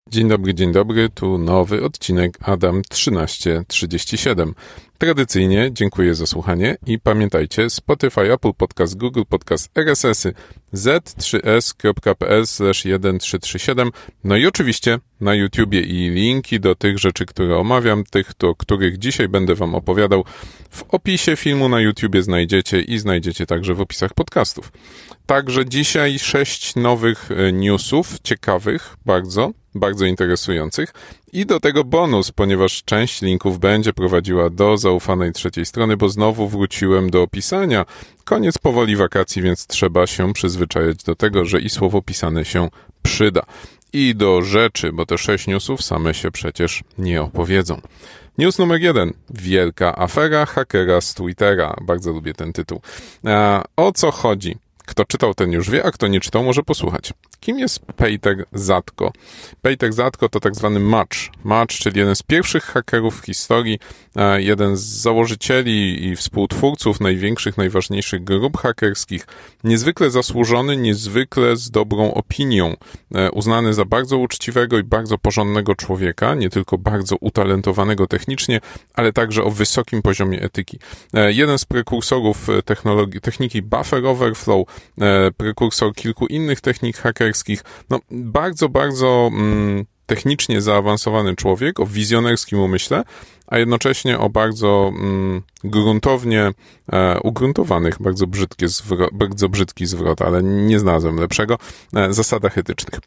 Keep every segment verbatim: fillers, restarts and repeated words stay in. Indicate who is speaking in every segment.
Speaker 1: Dzień dobry, dzień dobry, tu nowy odcinek Adam trzynaście trzydzieści siedem. Tradycyjnie dziękuję za słuchanie i pamiętajcie, Spotify, Apple Podcast, Google Podcast, R S S y, z trzy s kropka p l slash jeden trzy trzy siedem, no i oczywiście na YouTubie i linki do tych rzeczy, które omawiam, tych, o których dzisiaj będę wam opowiadał, w opisie filmu na YouTubie znajdziecie i znajdziecie także w opisach podcastów. Także dzisiaj sześć nowych newsów, ciekawych bardzo, bardzo interesujących i do tego bonus, ponieważ część linków będzie prowadziła do zaufanej trzeciej strony, bo znowu wróciłem do pisania. Koniec powoli wakacji, więc trzeba się przyzwyczajać do tego, że i słowo pisane się przyda. I do rzeczy, bo te sześć newsów same się przecież nie opowiedzą. News numer jeden. Wielka afera hakera z Twittera. Bardzo lubię ten tytuł. A o co chodzi? Kto czytał, ten już wie, a kto nie czytał, może posłuchać. Kim jest Pejter Zatko? Pejter Zatko to tak zwany Match. Match, czyli jeden z pierwszych hakerów w historii, jeden z założycieli i współtwórców największych, najważniejszych grup hakerskich. Niezwykle zasłużony, niezwykle z dobrą opinią. Uznany za bardzo uczciwego i bardzo porządnego człowieka, nie tylko bardzo utalentowanego technicznie, ale także o wysokim poziomie etyki. Jeden z prekursorów technologii, techniki buffer overflow, prekursor kilku innych technik hakerskich. No, bardzo, bardzo mm, technicznie zaawansowany człowiek o wizjonerskim umyśle, a jednocześnie o bardzo mm, gruntownie e, ugruntowanych, bardzo, brzydkie zwro- bardzo brzydki zwrot, ale nie znalazłem lepszego, e, zasadach etycznych.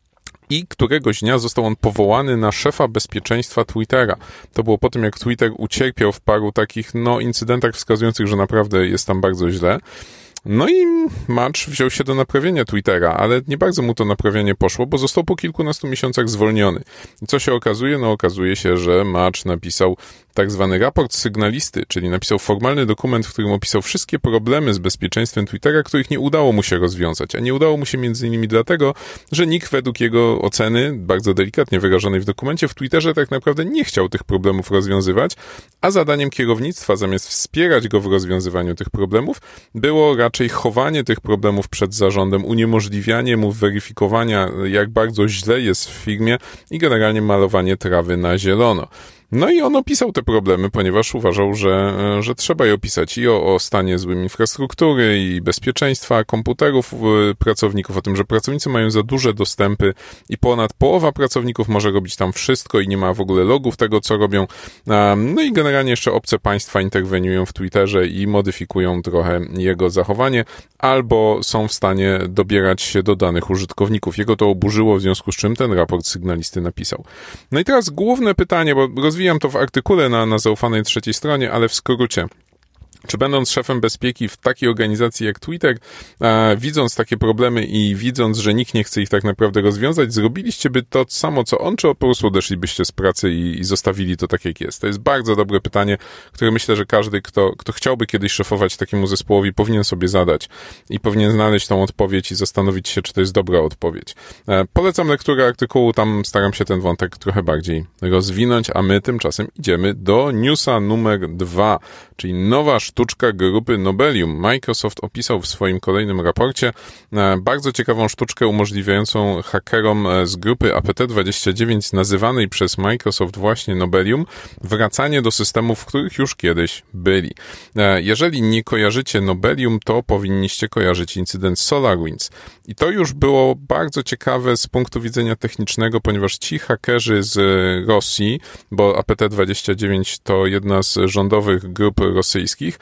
Speaker 1: I któregoś dnia został on powołany na szefa bezpieczeństwa Twittera. To było po tym, jak Twitter ucierpiał w paru takich no, incydentach wskazujących, że naprawdę jest tam bardzo źle. No i Match wziął się do naprawienia Twittera, ale nie bardzo mu to naprawienie poszło, bo został po kilkunastu miesiącach zwolniony. I co się okazuje? No okazuje się, że Match napisał tak zwany raport sygnalisty, czyli napisał formalny dokument, w którym opisał wszystkie problemy z bezpieczeństwem Twittera, których nie udało mu się rozwiązać. A nie udało mu się między innymi dlatego, że nikt według jego oceny, bardzo delikatnie wyrażonej w dokumencie, w Twitterze tak naprawdę nie chciał tych problemów rozwiązywać, a zadaniem kierownictwa, zamiast wspierać go w rozwiązywaniu tych problemów, było raczej chowanie tych problemów przed zarządem, uniemożliwianie mu weryfikowania, jak bardzo źle jest w firmie i generalnie malowanie trawy na zielono. No i on opisał te problemy, ponieważ uważał, że, że trzeba je opisać i o, o stanie złym infrastruktury i bezpieczeństwa komputerów pracowników, o tym, że pracownicy mają za duże dostępy i ponad połowa pracowników może robić tam wszystko i nie ma w ogóle logów tego, co robią. No i generalnie jeszcze obce państwa interweniują w Twitterze i modyfikują trochę jego zachowanie, albo są w stanie dobierać się do danych użytkowników. Jego to oburzyło, w związku z czym ten raport sygnalisty napisał. No i teraz główne pytanie, bo rozwijam to w artykule na, na zaufanej trzeciej stronie, ale w skrócie. Czy będąc szefem bezpieki w takiej organizacji jak Twitter, e, widząc takie problemy i widząc, że nikt nie chce ich tak naprawdę rozwiązać, zrobiliście by to samo co on, czy po prostu odeszlibyście z pracy i, i zostawili to tak jak jest? To jest bardzo dobre pytanie, które myślę, że każdy, kto, kto chciałby kiedyś szefować takiemu zespołowi, powinien sobie zadać i powinien znaleźć tą odpowiedź i zastanowić się, czy to jest dobra odpowiedź. E, polecam lekturę artykułu, tam staram się ten wątek trochę bardziej rozwinąć, a my tymczasem idziemy do newsa numer dwa, czyli nowa sztuczka grupy Nobelium. Microsoft opisał w swoim kolejnym raporcie bardzo ciekawą sztuczkę umożliwiającą hakerom z grupy A P T dwadzieścia dziewięć, nazywanej przez Microsoft właśnie Nobelium, wracanie do systemów, w których już kiedyś byli. Jeżeli nie kojarzycie Nobelium, to powinniście kojarzyć incydent SolarWinds. I to już było bardzo ciekawe z punktu widzenia technicznego, ponieważ ci hakerzy z Rosji, bo A P T dwadzieścia dziewięć to jedna z rządowych grup rosyjskich,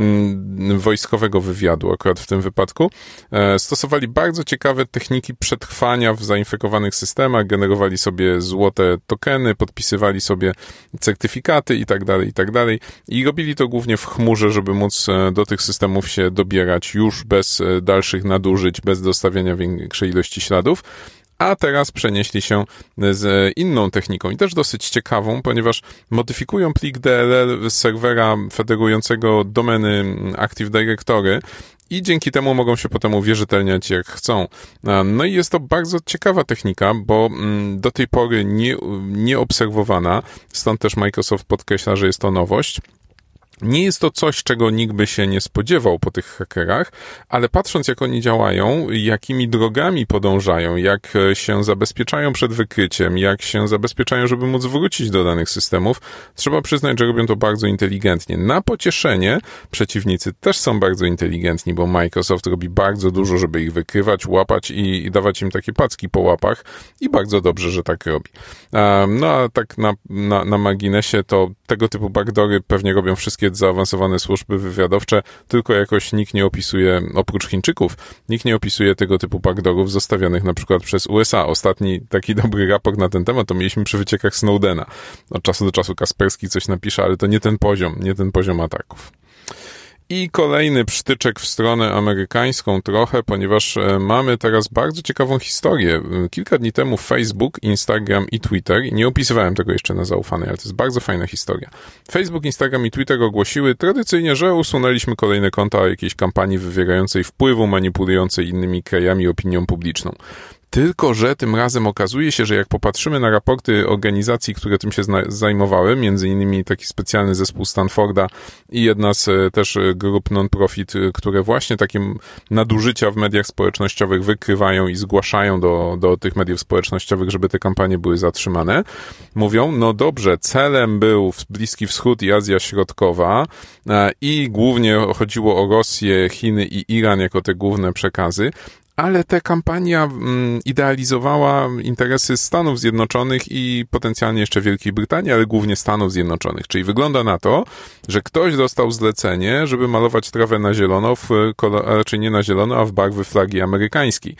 Speaker 1: wojskowego wywiadu akurat w tym wypadku, stosowali bardzo ciekawe techniki przetrwania w zainfekowanych systemach, generowali sobie złote tokeny, podpisywali sobie certyfikaty i tak dalej, i tak dalej. I robili to głównie w chmurze, żeby móc do tych systemów się dobierać już bez dalszych nadużyć, bez dostawiania większej ilości śladów. A teraz przenieśli się z inną techniką i też dosyć ciekawą, ponieważ modyfikują plik D L L z serwera federującego domeny Active Directory i dzięki temu mogą się potem uwierzytelniać jak chcą. No i jest to bardzo ciekawa technika, bo do tej pory nie, nieobserwowana, stąd też Microsoft podkreśla, że jest to nowość. Nie jest to coś, czego nikt by się nie spodziewał po tych hakerach, ale patrząc, jak oni działają, jakimi drogami podążają, jak się zabezpieczają przed wykryciem, jak się zabezpieczają, żeby móc wrócić do danych systemów, trzeba przyznać, że robią to bardzo inteligentnie. Na pocieszenie przeciwnicy też są bardzo inteligentni, bo Microsoft robi bardzo dużo, żeby ich wykrywać, łapać i, i dawać im takie packi po łapach i bardzo dobrze, że tak robi. No a tak na, na, na marginesie to tego typu backdoory pewnie robią wszystkie zaawansowane służby wywiadowcze, tylko jakoś nikt nie opisuje, oprócz Chińczyków, nikt nie opisuje tego typu backdoorów zostawionych na przykład przez U S A. Ostatni taki dobry raport na ten temat to mieliśmy przy wyciekach Snowdena. Od czasu do czasu Kasperski coś napisze, ale to nie ten poziom, nie ten poziom ataków. I kolejny przytyczek w stronę amerykańską trochę, ponieważ mamy teraz bardzo ciekawą historię. Kilka dni temu Facebook, Instagram i Twitter, i nie opisywałem tego jeszcze na Zaufanej, ale to jest bardzo fajna historia. Facebook, Instagram i Twitter ogłosiły tradycyjnie, że usunęliśmy kolejne konta jakiejś kampanii wywierającej wpływu, manipulującej innymi krajami opinią publiczną. Tylko że tym razem okazuje się, że jak popatrzymy na raporty organizacji, które tym się zajmowały, między innymi taki specjalny zespół Stanforda i jedna z też grup non-profit, które właśnie takie nadużycia w mediach społecznościowych wykrywają i zgłaszają do, do tych mediów społecznościowych, żeby te kampanie były zatrzymane, mówią, no dobrze, celem był Bliski Wschód i Azja Środkowa i głównie chodziło o Rosję, Chiny i Iran jako te główne przekazy, ale ta kampania idealizowała interesy Stanów Zjednoczonych i potencjalnie jeszcze Wielkiej Brytanii, ale głównie Stanów Zjednoczonych. Czyli wygląda na to, że ktoś dostał zlecenie, żeby malować trawę na zielono, w, a raczej nie na zielono, a w barwy flagi amerykańskiej.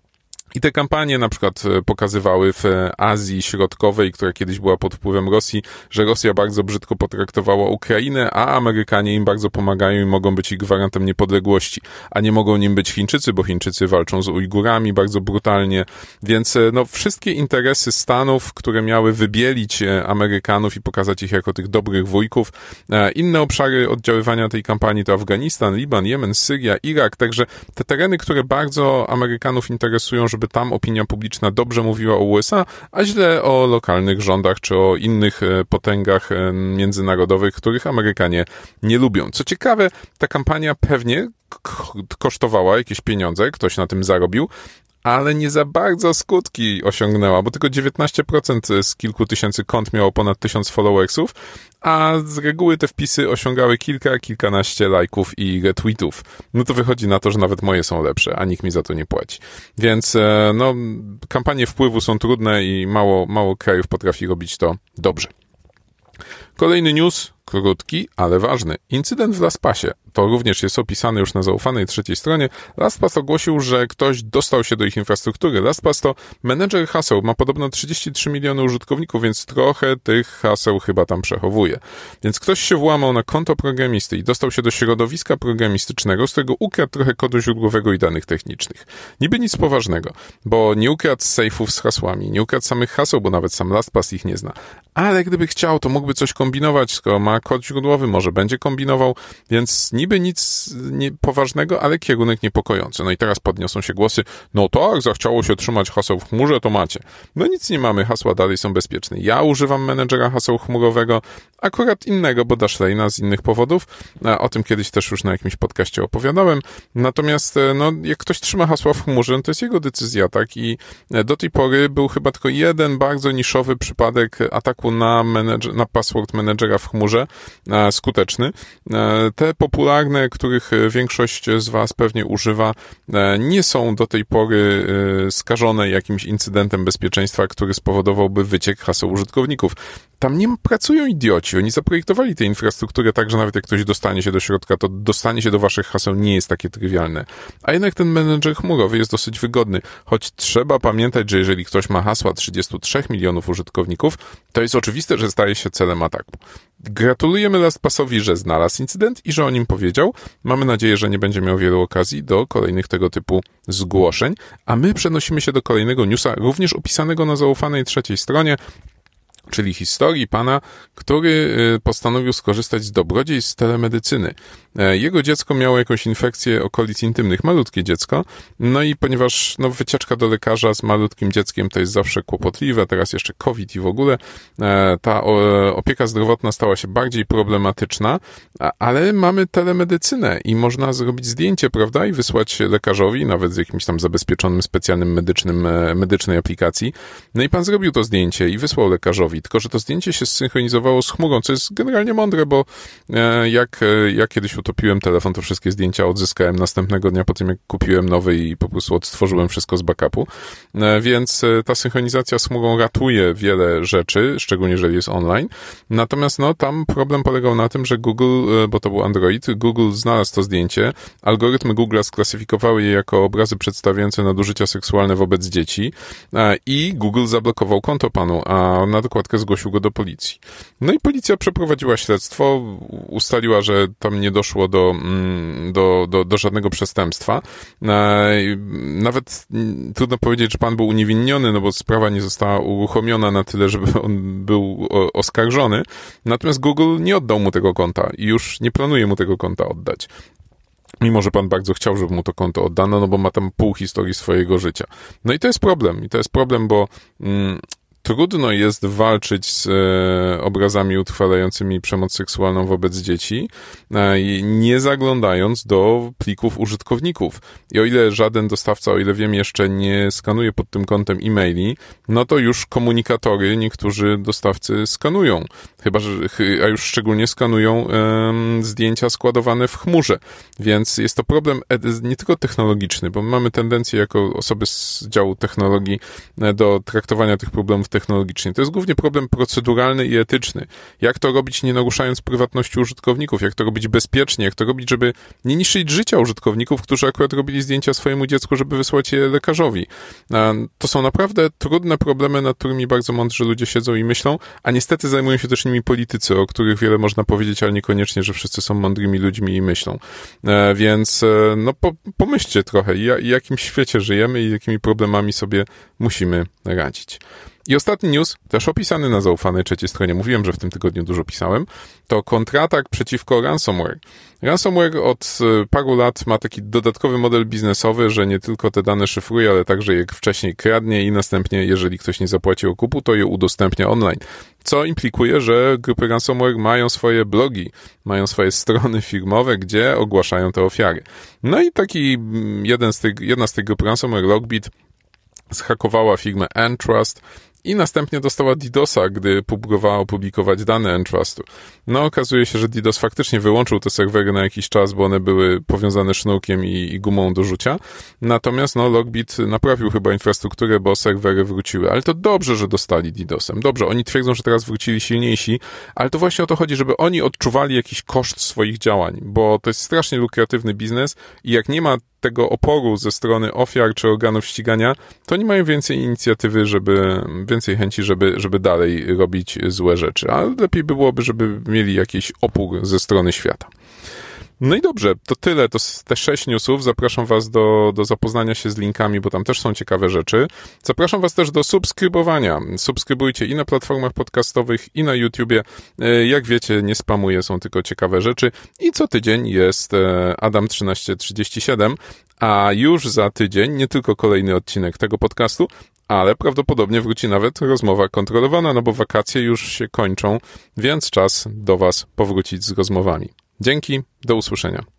Speaker 1: I te kampanie na przykład pokazywały w Azji Środkowej, która kiedyś była pod wpływem Rosji, że Rosja bardzo brzydko potraktowała Ukrainę, a Amerykanie im bardzo pomagają i mogą być ich gwarantem niepodległości. A nie mogą nim być Chińczycy, bo Chińczycy walczą z Ujgurami bardzo brutalnie. Więc no, wszystkie interesy Stanów, które miały wybielić Amerykanów i pokazać ich jako tych dobrych wujków. Inne obszary oddziaływania tej kampanii to Afganistan, Liban, Jemen, Syria, Irak. Także te tereny, które bardzo Amerykanów interesują, żeby tam opinia publiczna dobrze mówiła o U S A, a źle o lokalnych rządach czy o innych potęgach międzynarodowych, których Amerykanie nie lubią. Co ciekawe, ta kampania pewnie kosztowała jakieś pieniądze, ktoś na tym zarobił, ale nie za bardzo skutki osiągnęła, bo tylko dziewiętnaście procent z kilku tysięcy kont miało ponad tysiąc followersów, a z reguły te wpisy osiągały kilka, kilkanaście lajków i retweetów. No to wychodzi na to, że nawet moje są lepsze, a nikt mi za to nie płaci. Więc no, kampanie wpływu są trudne i mało, mało krajów potrafi robić to dobrze. Kolejny news, krótki, ale ważny. Incydent w LastPassie. To również jest opisane już na zaufanej trzeciej stronie. LastPass ogłosił, że ktoś dostał się do ich infrastruktury. LastPass to menedżer haseł. Ma podobno trzydzieści trzy miliony użytkowników, więc trochę tych haseł chyba tam przechowuje. Więc ktoś się włamał na konto programisty i dostał się do środowiska programistycznego, z którego ukradł trochę kodu źródłowego i danych technicznych. Niby nic poważnego, bo nie ukradł sejfów z hasłami, nie ukradł samych haseł, bo nawet sam LastPass ich nie zna. Ale gdyby chciał, to mógłby coś kombinować, skoro ma kod źródłowy, może będzie kombinował, więc niby nic nie poważnego, ale kierunek niepokojący. No i teraz podniosą się głosy, no tak, zachciało się trzymać haseł w chmurze, to macie. No nic nie mamy, hasła dalej są bezpieczne. Ja używam menedżera haseł chmurowego, akurat innego, bo Dashlane z innych powodów. O tym kiedyś też już na jakimś podcaście opowiadałem. Natomiast no, jak ktoś trzyma hasła w chmurze, no to jest jego decyzja, tak? I do tej pory był chyba tylko jeden bardzo niszowy przypadek ataku na, menedż- na password menedżera w chmurze, skuteczny. Te popularne, których większość z was pewnie używa, nie są do tej pory skażone jakimś incydentem bezpieczeństwa, który spowodowałby wyciek haseł użytkowników. Tam nie pracują idioci. Oni zaprojektowali tę infrastrukturę tak, że nawet jak ktoś dostanie się do środka, to dostanie się do waszych haseł nie jest takie trywialne. A jednak ten menedżer chmurowy jest dosyć wygodny. Choć trzeba pamiętać, że jeżeli ktoś ma hasła trzydzieści trzy milionów użytkowników, to jest oczywiste, że staje się celem ataku. Gratulujemy LastPassowi, że znalazł incydent i że o nim powiedział. Mamy nadzieję, że nie będzie miał wielu okazji do kolejnych tego typu zgłoszeń. A my przenosimy się do kolejnego newsa, również opisanego na zaufanej trzeciej stronie. czyli historii pana, który postanowił skorzystać z dobrodziejstw telemedycyny. Jego dziecko miało jakąś infekcję okolic intymnych, malutkie dziecko, no i ponieważ no, wycieczka do lekarza z malutkim dzieckiem to jest zawsze kłopotliwe, teraz jeszcze COVID i w ogóle ta opieka zdrowotna stała się bardziej problematyczna, ale mamy telemedycynę i można zrobić zdjęcie, prawda, i wysłać lekarzowi, nawet z jakimś tam zabezpieczonym specjalnym medycznym, medycznej aplikacji. No i pan zrobił to zdjęcie i wysłał lekarzowi, tylko że to zdjęcie się zsynchronizowało z chmurą, co jest generalnie mądre, bo jak ja kiedyś utopiłem telefon, to wszystkie zdjęcia odzyskałem następnego dnia po tym, jak kupiłem nowy i po prostu odtworzyłem wszystko z backupu. Więc ta synchronizacja z chmurą ratuje wiele rzeczy, szczególnie jeżeli jest online. Natomiast no, tam problem polegał na tym, że Google, bo to był Android, Google znalazł to zdjęcie, algorytmy Google'a sklasyfikowały je jako obrazy przedstawiające nadużycia seksualne wobec dzieci i Google zablokował konto panu, a na dokładkę zgłosił go do policji. No i policja przeprowadziła śledztwo, ustaliła, że tam nie doszło do, do, do, do żadnego przestępstwa. Nawet trudno powiedzieć, że pan był uniewinniony, no bo sprawa nie została uruchomiona na tyle, żeby on był oskarżony. Natomiast Google nie oddał mu tego konta i już nie planuje mu tego konta oddać. Mimo że pan bardzo chciał, żeby mu to konto oddano, no bo ma tam pół historii swojego życia. No i to jest problem. I to jest problem, bo mm, trudno jest walczyć z e, obrazami utrwalającymi przemoc seksualną wobec dzieci, e, nie zaglądając do plików użytkowników. I o ile żaden dostawca, o ile wiem, jeszcze nie skanuje pod tym kątem e-maili, no to już komunikatory niektórzy dostawcy skanują. Chyba, że, a już szczególnie skanują e, zdjęcia składowane w chmurze. Więc jest to problem nie tylko technologiczny, bo my mamy tendencję jako osoby z działu technologii do traktowania tych problemów technologicznie. To jest głównie problem proceduralny i etyczny. Jak to robić, nie naruszając prywatności użytkowników? Jak to robić bezpiecznie? Jak to robić, żeby nie niszczyć życia użytkowników, którzy akurat robili zdjęcia swojemu dziecku, żeby wysłać je lekarzowi? To są naprawdę trudne problemy, nad którymi bardzo mądrzy ludzie siedzą i myślą, a niestety zajmują się też nimi politycy, o których wiele można powiedzieć, ale niekoniecznie, że wszyscy są mądrymi ludźmi i myślą. Więc no po, pomyślcie trochę, w jakim świecie żyjemy i jakimi problemami sobie musimy radzić. I ostatni news, też opisany na zaufanej trzeciej stronie, mówiłem, że w tym tygodniu dużo pisałem, to kontratak przeciwko ransomware. Ransomware od paru lat ma taki dodatkowy model biznesowy, że nie tylko te dane szyfruje, ale także jak wcześniej kradnie i następnie, jeżeli ktoś nie zapłaci okupu, to je udostępnia online. Co implikuje, że grupy ransomware mają swoje blogi, mają swoje strony firmowe, gdzie ogłaszają te ofiary. No i taki jeden z tych, jedna z tych grup ransomware, Logbit, zhakowała firmę Entrust i następnie dostała DDoSa, gdy próbowała opublikować dane Entrustu. No okazuje się, że DDoS faktycznie wyłączył te serwery na jakiś czas, bo one były powiązane sznurkiem i, i gumą do rzucia. Natomiast no Logbit naprawił chyba infrastrukturę, bo serwery wróciły. Ale to dobrze, że dostali DDoSem. Dobrze, oni twierdzą, że teraz wrócili silniejsi, ale to właśnie o to chodzi, żeby oni odczuwali jakiś koszt swoich działań, bo to jest strasznie lukratywny biznes i jak nie ma tego oporu ze strony ofiar czy organów ścigania, to nie mają więcej inicjatywy, żeby, więcej chęci, żeby, żeby dalej robić złe rzeczy. Ale lepiej byłoby, żeby mieli jakiś opór ze strony świata. No i dobrze, to tyle, to te sześć newsów. Zapraszam was do, do zapoznania się z linkami, bo tam też są ciekawe rzeczy. Zapraszam was też do subskrybowania. Subskrybujcie i na platformach podcastowych, i na YouTubie. Jak wiecie, nie spamuję, są tylko ciekawe rzeczy. I co tydzień jest Adam trzynaście trzydzieści siedem, a już za tydzień nie tylko kolejny odcinek tego podcastu, ale prawdopodobnie wróci nawet rozmowa kontrolowana, no bo wakacje już się kończą, więc czas do was powrócić z rozmowami. Dzięki, do usłyszenia.